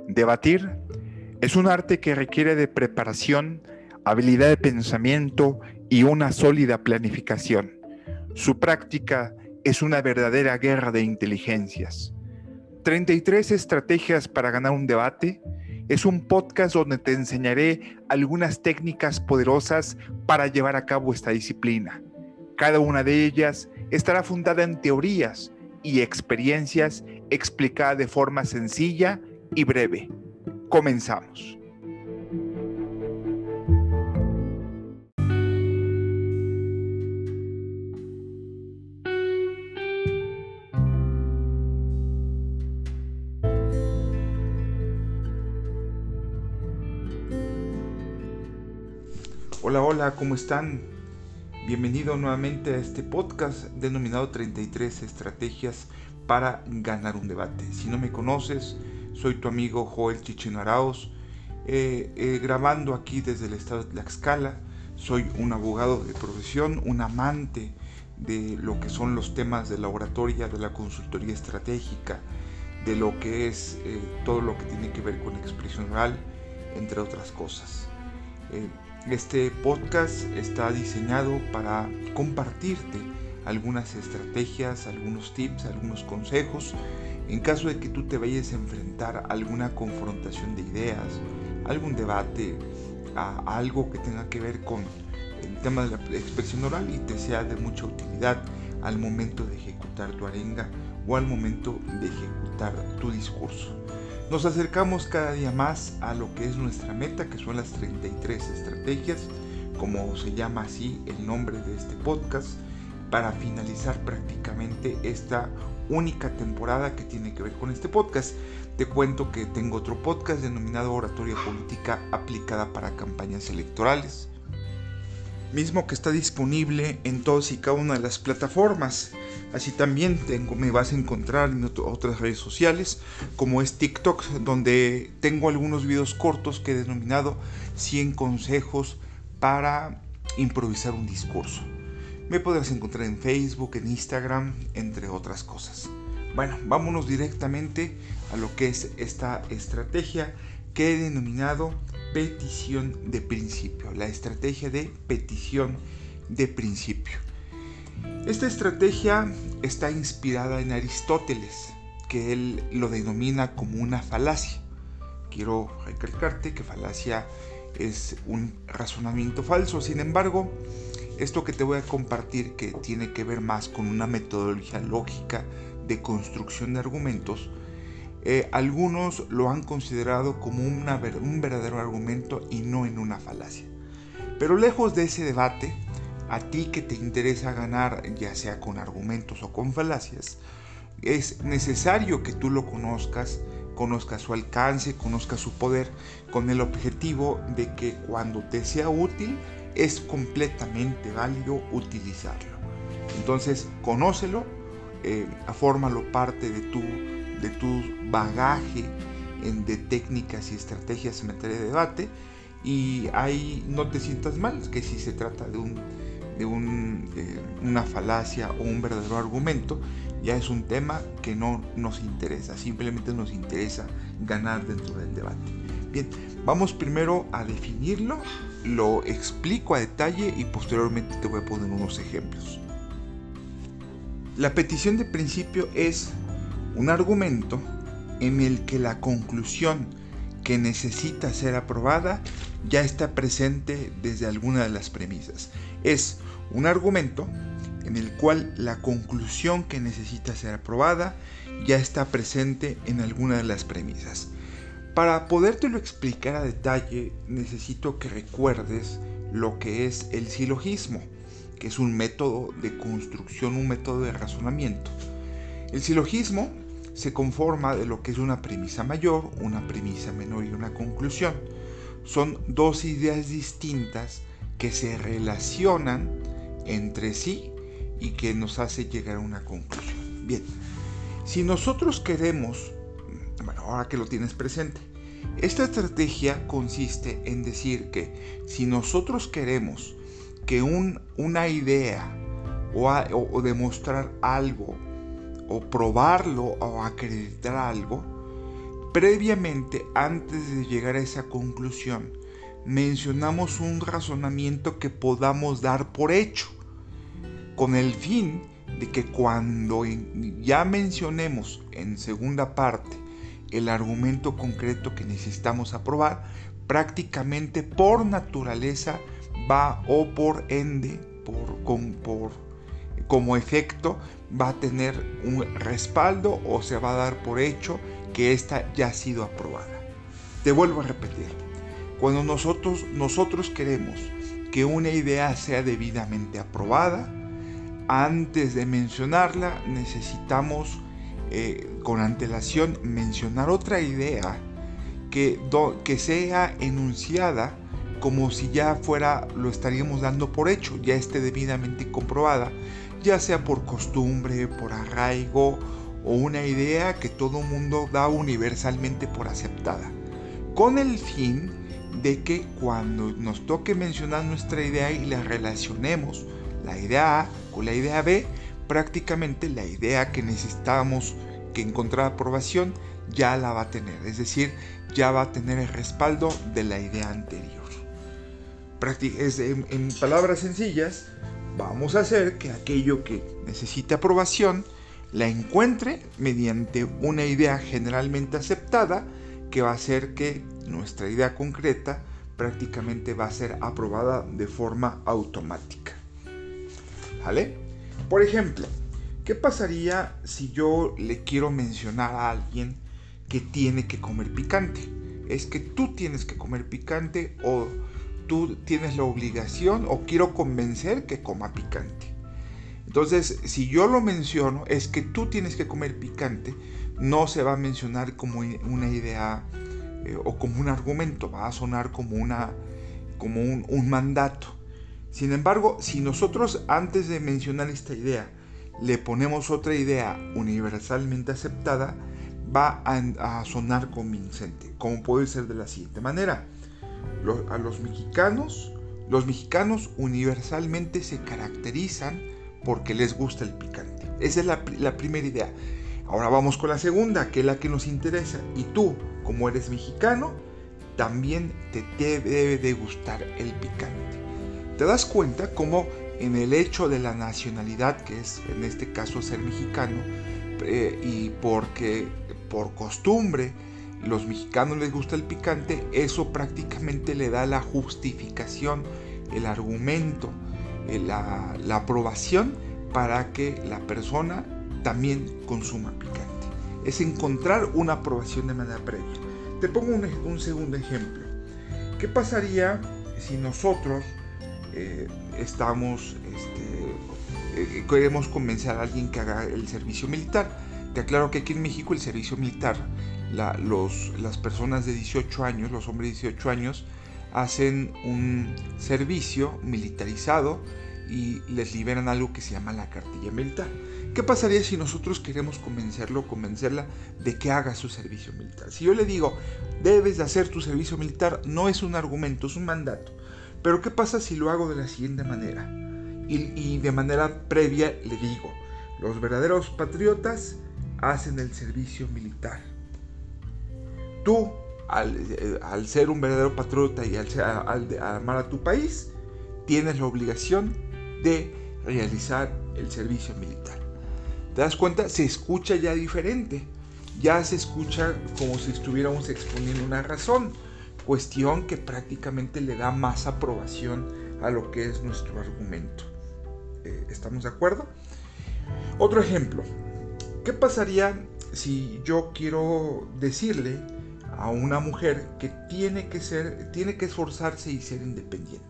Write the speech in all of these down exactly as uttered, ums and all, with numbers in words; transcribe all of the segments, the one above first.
Debatir es un arte que requiere de preparación, habilidad de pensamiento y una sólida planificación. Su práctica es una verdadera guerra de inteligencias. treinta y tres estrategias para ganar un debate es un podcast donde te enseñaré algunas técnicas poderosas para llevar a cabo esta disciplina. Cada una de ellas estará fundada en teorías y experiencias explicadas de forma sencilla y breve. Comenzamos. Hola, hola, ¿cómo están? Bienvenido nuevamente a este podcast denominado treinta y tres estrategias para ganar un debate. Si no me conoces, soy tu amigo Joel Chicheno Arauz, eh, eh, grabando aquí desde el estado de Tlaxcala. Soy un abogado de profesión, un amante de lo que son los temas de la oratoria, de la consultoría estratégica, de lo que es eh, todo lo que tiene que ver con expresión oral, entre otras cosas. Eh, Este podcast está diseñado para compartirte algunas estrategias, algunos tips, algunos consejos en caso de que tú te vayas a enfrentar a alguna confrontación de ideas, algún debate, a algo que tenga que ver con el tema de la expresión oral y te sea de mucha utilidad al momento de ejecutar tu arenga o al momento de ejecutar tu discurso. Nos acercamos cada día más a lo que es nuestra meta, que son las treinta y tres estrategias, como se llama así el nombre de este podcast, para finalizar prácticamente esta única temporada que tiene que ver con este podcast. Te cuento que tengo otro podcast denominado Oratoria Política aplicada para campañas electorales, mismo que está disponible en todas y cada una de las plataformas. Así también tengo, me vas a encontrar en otro, otras redes sociales, como es TikTok, donde tengo algunos videos cortos que he denominado cien consejos para improvisar un discurso. Me podrás encontrar en Facebook, en Instagram, entre otras cosas. Bueno, vámonos directamente a lo que es esta estrategia que he denominado petición de principio, la estrategia de petición de principio. Esta estrategia está inspirada en Aristóteles, que él lo denomina como una falacia. Quiero recalcarte que falacia es un razonamiento falso. Sin embargo, esto que te voy a compartir, que tiene que ver más con una metodología lógica de construcción de argumentos, eh, algunos lo han considerado como una, un verdadero argumento y no en una falacia. Pero lejos de ese debate, a ti que te interesa ganar, ya sea con argumentos o con falacias, es necesario que tú lo conozcas, conozcas su alcance, conozcas su poder, con el objetivo de que cuando te sea útil, es completamente válido utilizarlo. Entonces, conócelo, eh, fórmalo parte de tu, de tu bagaje en, de técnicas y estrategias en materia de debate, y ahí no te sientas mal, que si se trata de un de un, eh, una falacia o un verdadero argumento, ya es un tema que no nos interesa, simplemente nos interesa ganar dentro del debate. Bien, vamos primero a definirlo, lo explico a detalle y posteriormente te voy a poner unos ejemplos. La petición de principio es un argumento en el que la conclusión que necesita ser aprobada ya está presente desde alguna de las premisas. Es un argumento en el cual la conclusión que necesita ser aprobada ya está presente en alguna de las premisas. Para podértelo explicar a detalle, necesito que recuerdes lo que es el silogismo, que es un método de construcción, un método de razonamiento. El silogismo se conforma de lo que es una premisa mayor, una premisa menor y una conclusión. Son dos ideas distintas que se relacionan entre sí y que nos hace llegar a una conclusión. Bien, si nosotros queremos, bueno, ahora que lo tienes presente, esta estrategia consiste en decir que si nosotros queremos que un, una idea o, a, o, o demostrar algo o probarlo o acreditar algo, previamente, antes de llegar a esa conclusión, mencionamos un razonamiento que podamos dar por hecho, con el fin de que cuando ya mencionemos en segunda parte el argumento concreto que necesitamos aprobar, prácticamente por naturaleza va, o por ende, por, con, por, como efecto, va a tener un respaldo o se va a dar por hecho que ésta ya ha sido aprobada. Te vuelvo a repetir, cuando nosotros, nosotros queremos que una idea sea debidamente aprobada, antes de mencionarla necesitamos eh, con antelación mencionar otra idea que, do, que sea enunciada como si ya fuera, lo estaríamos dando por hecho, ya esté debidamente comprobada, ya sea por costumbre, por arraigo o una idea que todo mundo da universalmente por aceptada, con el fin de que cuando nos toque mencionar nuestra idea y la relacionemos, la idea A con la idea B, prácticamente la idea que necesitamos que encontrar aprobación ya la va a tener, es decir, ya va a tener el respaldo de la idea anterior. En, en palabras sencillas, vamos a hacer que aquello que necesite aprobación la encuentre mediante una idea generalmente aceptada que va a hacer que nuestra idea concreta prácticamente va a ser aprobada de forma automática. ¿Vale? Por ejemplo, ¿qué pasaría si yo le quiero mencionar a alguien que tiene que comer picante? Es que tú tienes que comer picante o tú tienes la obligación o quiero convencer que coma picante. Entonces, si yo lo menciono, es que tú tienes que comer picante, no se va a mencionar como una idea eh, o como un argumento, va a sonar como, una, como un, un mandato. Sin embargo, si nosotros antes de mencionar esta idea le ponemos otra idea universalmente aceptada, va a, a sonar convincente, como puede ser de la siguiente manera. Los, a los mexicanos, los mexicanos universalmente se caracterizan porque les gusta el picante. Esa es la, la primera idea. Ahora vamos con la segunda, que es la que nos interesa. Y tú, como eres mexicano, también te, te debe de gustar el picante. ¿Te das cuenta cómo en el hecho de la nacionalidad, que es en este caso ser mexicano, eh, y porque por costumbre los mexicanos les gusta el picante, eso prácticamente le da la justificación, el argumento, la, la aprobación para que la persona también consuma picante? Es encontrar una aprobación de manera previa. Te pongo un, un segundo ejemplo. ¿Qué pasaría si nosotros eh, estamos, este, eh, queremos convencer a alguien que haga el servicio militar? Te aclaro que aquí en México el servicio militar, la, los, las personas de dieciocho años, los hombres de dieciocho años, hacen un servicio militarizado y les liberan algo que se llama la cartilla militar. ¿Qué pasaría si nosotros queremos convencerlo o convencerla de que haga su servicio militar? Si yo le digo, debes de hacer tu servicio militar, no es un argumento, es un mandato. Pero ¿qué pasa si lo hago de la siguiente manera? Y, y de manera previa le digo, los verdaderos patriotas hacen el servicio militar. Tú, al, al ser un verdadero patriota y al, al, al amar a tu país, tienes la obligación de realizar el servicio militar. ¿Te das cuenta? Se escucha ya diferente. Ya se escucha como si estuviéramos exponiendo una razón. Cuestión que prácticamente le da más aprobación a lo que es nuestro argumento. Eh, ¿Estamos de acuerdo? Otro ejemplo. ¿Qué pasaría si yo quiero decirle a una mujer que tiene que ser, tiene que esforzarse y ser independiente?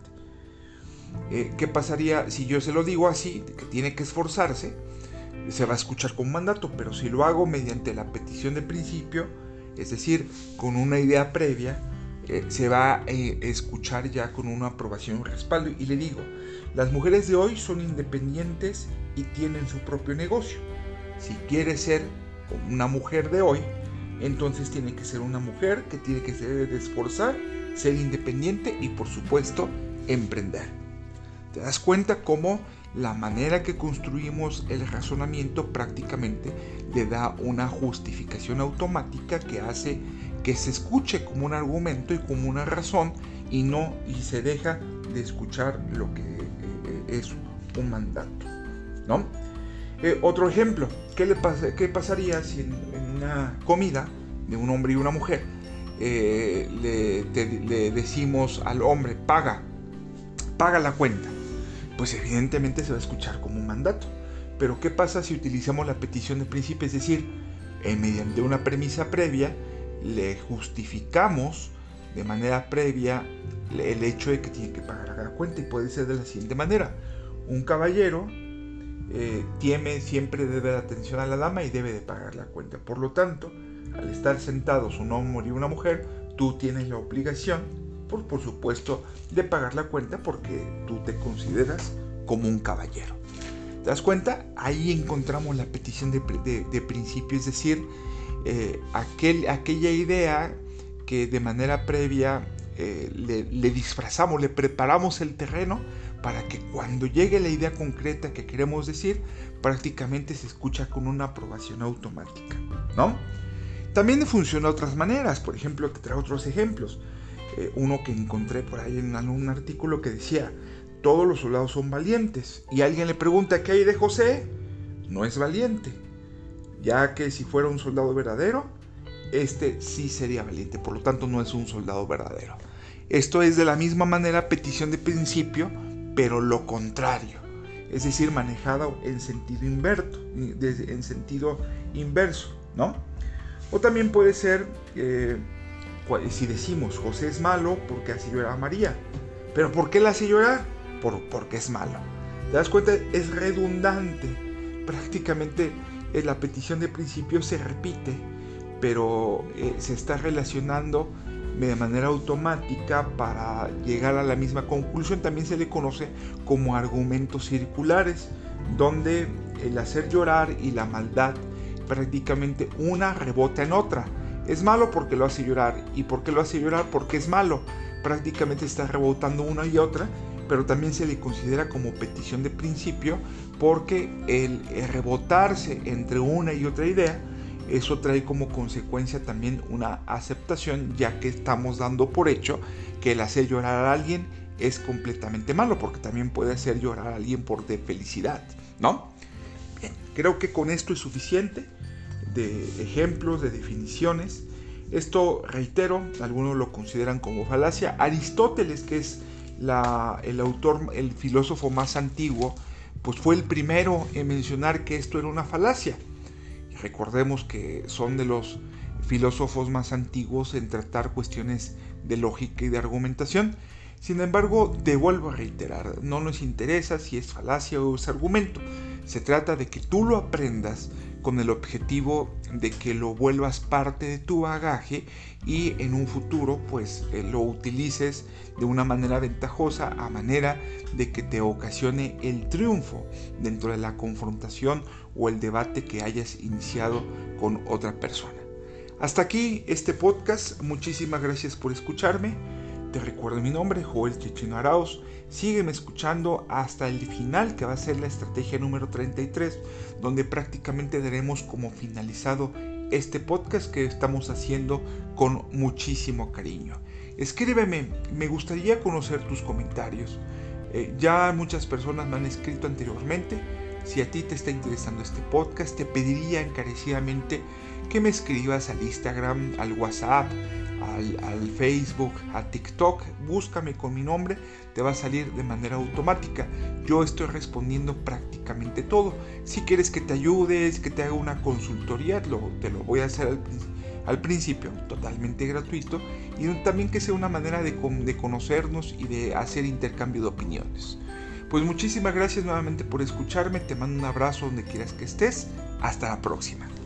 Eh, ¿Qué pasaría si yo se lo digo así, que tiene que esforzarse? Se va a escuchar como un mandato, pero si lo hago mediante la petición de principio, es decir, con una idea previa, eh, se va a eh, escuchar ya con una aprobación y un respaldo. Y le digo, las mujeres de hoy son independientes y tienen su propio negocio. Si quiere ser una mujer de hoy, entonces tiene que ser una mujer que tiene que ser de esforzar, ser independiente y por supuesto emprender. ¿Te das cuenta cómo la manera que construimos el razonamiento prácticamente le da una justificación automática que hace que se escuche como un argumento y como una razón y no y se deja de escuchar lo que eh, es un mandato, ¿no? Eh, otro ejemplo, ¿qué, le pasa, ¿qué pasaría si en, en una comida de un hombre y una mujer eh, le, te, le decimos al hombre, paga, paga la cuenta? Pues evidentemente se va a escuchar como un mandato. Pero ¿qué pasa si utilizamos la petición de principio? Es decir, eh, mediante una premisa previa, le justificamos de manera previa el hecho de que tiene que pagar la cuenta, y puede ser de la siguiente manera: un caballero eh, tiene, siempre debe de atención a la dama y debe de pagar la cuenta. Por lo tanto, al estar sentados un hombre y una mujer, tú tienes la obligación, por, por supuesto, de pagar la cuenta porque tú te consideras como un caballero. ¿Te das cuenta? Ahí encontramos la petición de, de, de principio, es decir, eh, aquel, aquella idea que de manera previa eh, le, le disfrazamos, le preparamos el terreno para que cuando llegue la idea concreta que queremos decir, prácticamente se escucha con una aprobación automática, ¿no? También funciona de otras maneras. Por ejemplo, te traigo otros ejemplos. Eh, uno que encontré por ahí en un artículo que decía: todos los soldados son valientes. Y alguien le pregunta: ¿qué hay de José? No es valiente, ya que si fuera un soldado verdadero, este sí sería valiente. Por lo tanto, no es un soldado verdadero. Esto es de la misma manera petición de principio, pero lo contrario. Es decir, manejada en sentido inverso, en sentido inverso, ¿no? O también puede ser, eh, si decimos José es malo porque hace llorar a María. ¿Pero por qué la hace llorar? Por, porque es malo. ¿Te das cuenta? Es redundante. Prácticamente eh, la petición de principio se repite, pero eh, se está relacionando de manera automática para llegar a la misma conclusión. También se le conoce como argumentos circulares, donde el hacer llorar y la maldad prácticamente una rebota en otra. Es malo porque lo hace llorar. ¿Y por qué lo hace llorar? Porque es malo. Prácticamente está rebotando una y otra, pero también se le considera como petición de principio porque el, el rebotarse entre una y otra idea, eso trae como consecuencia también una aceptación, ya que estamos dando por hecho que el hacer llorar a alguien es completamente malo, porque también puede hacer llorar a alguien por de felicidad, ¿no? Bien, creo que con esto es suficiente de ejemplos, de definiciones. Esto, reitero, algunos lo consideran como falacia. Aristóteles, que es la, el autor, el filósofo más antiguo, pues fue el primero en mencionar que esto era una falacia. Recordemos que son de los filósofos más antiguos en tratar cuestiones de lógica y de argumentación. Sin embargo, te vuelvo a reiterar, no nos interesa si es falacia o es argumento. Se trata de que tú lo aprendas con el objetivo de que lo vuelvas parte de tu bagaje y en un futuro pues eh, lo utilices de una manera ventajosa, a manera de que te ocasione el triunfo dentro de la confrontación o el debate que hayas iniciado con otra persona. Hasta aquí este podcast. Muchísimas gracias por escucharme. Te recuerdo mi nombre, Joel Chichino Arauz. Sígueme escuchando hasta el final, que va a ser la estrategia número treinta y tres, donde prácticamente daremos como finalizado este podcast que estamos haciendo con muchísimo cariño. Escríbeme, me gustaría conocer tus comentarios. Eh, ya muchas personas me han escrito anteriormente. Si a ti te está interesando este podcast, te pediría encarecidamente que me escribas al Instagram, al WhatsApp, Al, al Facebook, a TikTok. Búscame con mi nombre, te va a salir de manera automática. Yo estoy respondiendo prácticamente todo. Si quieres que te ayudes, que te haga una consultoría, lo, te lo voy a hacer al, al principio, totalmente gratuito, y también que sea una manera de, de conocernos y de hacer intercambio de opiniones. Pues muchísimas gracias nuevamente por escucharme. Te mando un abrazo donde quieras que estés. Hasta la próxima.